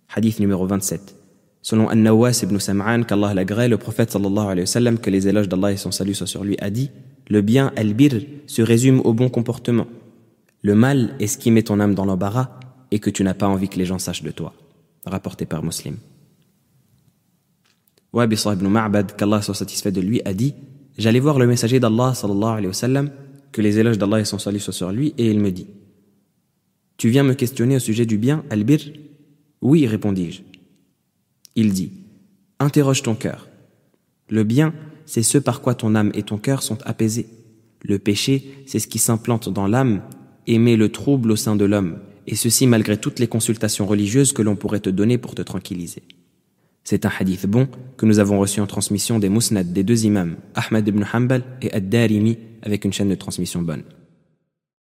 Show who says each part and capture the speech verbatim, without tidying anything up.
Speaker 1: Hadith numéro vingt-sept. Selon An-Nawas ibn Sam'an, qu'Allah l'agrée, le prophète sallallahu alayhi wa sallam, que les éloges d'Allah et son salut soient sur lui, a dit: le bien, al-birr, se résume au bon comportement. Le mal est ce qui met ton âme dans l'embarras et que tu n'as pas envie que les gens sachent de toi. Rapporté par Muslim. Wabisa ibn Ma'bad, qu'Allah soit satisfait de lui, a dit: j'allais voir le messager d'Allah sallallahu alayhi wa sallam, que les éloges d'Allah et son salut soient sur lui, et il me dit: tu viens me questionner au sujet du bien, al-birr? Oui, répondis-je. Il dit: interroge ton cœur. Le bien, c'est ce par quoi ton âme et ton cœur sont apaisés. Le péché, c'est ce qui s'implante dans l'âme et met le trouble au sein de l'homme, et ceci malgré toutes les consultations religieuses que l'on pourrait te donner pour te tranquilliser. C'est un hadith bon que nous avons reçu en transmission des Musnad des deux imams, Ahmad ibn Hanbal et Ad-Darimi, avec une chaîne de transmission bonne.